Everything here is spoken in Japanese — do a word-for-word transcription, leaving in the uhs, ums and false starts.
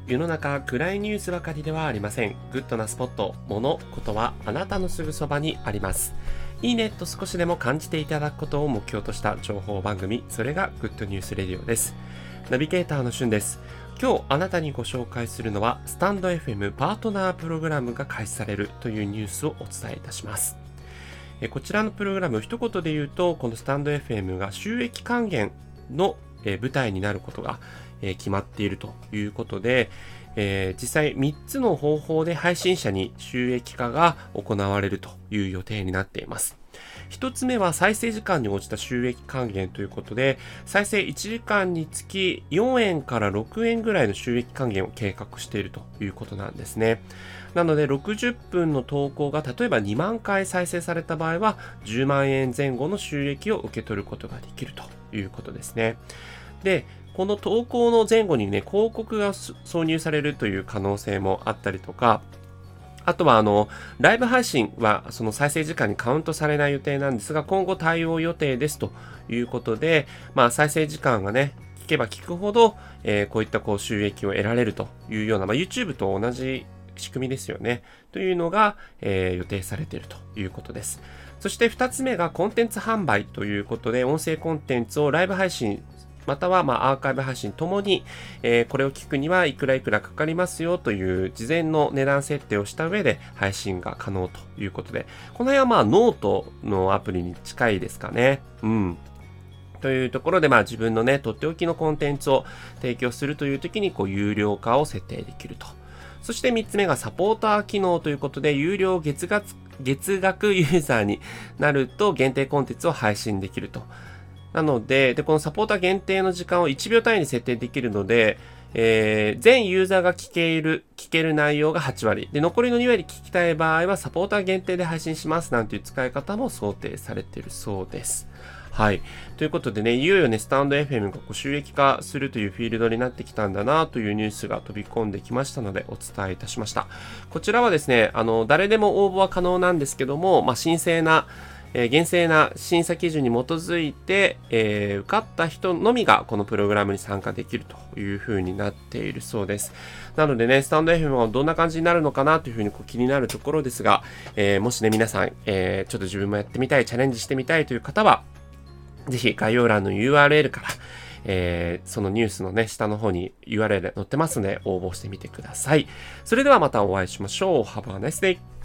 世の中暗いニュースばかりではありません。グッドなスポット、物、ことはあなたのすぐそばにあります。いいねと少しでも感じていただくことを目標とした情報番組、それがグッドニュースレディオです。ナビゲーターのしゅんです。今日あなたにご紹介するのは、スタンド エフエム パートナープログラムが開始されるというニュースをお伝えいたします。こちらのプログラム、一言で言うと、このスタンド エフエム が収益還元の舞台になることが決まっているということで、えー、実際みっつの方法で配信者に収益化が行われるという予定になっています。一つ目は再生時間に応じた収益還元ということで、再生いちじかんにつきよんえんからろくえんぐらいの収益還元を計画しているということなんですね。なのでろくじゅっぷんの投稿が例えばにまんかい再生された場合はじゅうまんえんぜん後の収益を受け取ることができるということですね。で、この投稿の前後にね、広告が挿入されるという可能性もあったりとか、あとはあの、ライブ配信はその再生時間にカウントされない予定なんですが、今後対応予定ですということで、まあ再生時間がね、聞けば聞くほど、えー、こういったこう収益を得られるというような、まあ、YouTube と同じ仕組みですよね。というのが、えー、予定されているということです。そしてふたつめがコンテンツ販売ということで、音声コンテンツをライブ配信またはまあアーカイブ配信ともに、えー、これを聞くにはいくらいくらかかりますよという事前の値段設定をした上で配信が可能ということで、この辺はまあノートのアプリに近いですかね。うん。というところでまあ自分のね、とっておきのコンテンツを提供するという時にこう有料化を設定できると。そしてみっつめがサポーター機能ということで、有料月額、月額ユーザーになると限定コンテンツを配信できると。なので、で、このサポーター限定の時間をいちびょう単位に設定できるので、えー、全ユーザーが聞ける、聞ける内容がはちわり。で、残りのにわり聞きたい場合は、サポーター限定で配信しますなんていう使い方も想定されているそうです。はい。ということでね、いよいよね、スタンド エフエム がこう収益化するというフィールドになってきたんだなというニュースが飛び込んできましたので、お伝えいたしました。こちらはですね、あの、誰でも応募は可能なんですけども、まあ、神聖な、えー、厳正な審査基準に基づいて、えー、受かった人のみがこのプログラムに参加できるという風になっているそうです。なのでね、スタンド エフエム はどんな感じになるのかなという風にこう気になるところですが、えー、もしね、皆さん、えー、ちょっと自分もやってみたい、チャレンジしてみたいという方は、ぜひ概要欄の ユーアールエル から、えー、そのニュースのね、下の方に ユーアールエル 載ってますので、応募してみてください。それではまたお会いしましょう。Have a nice day!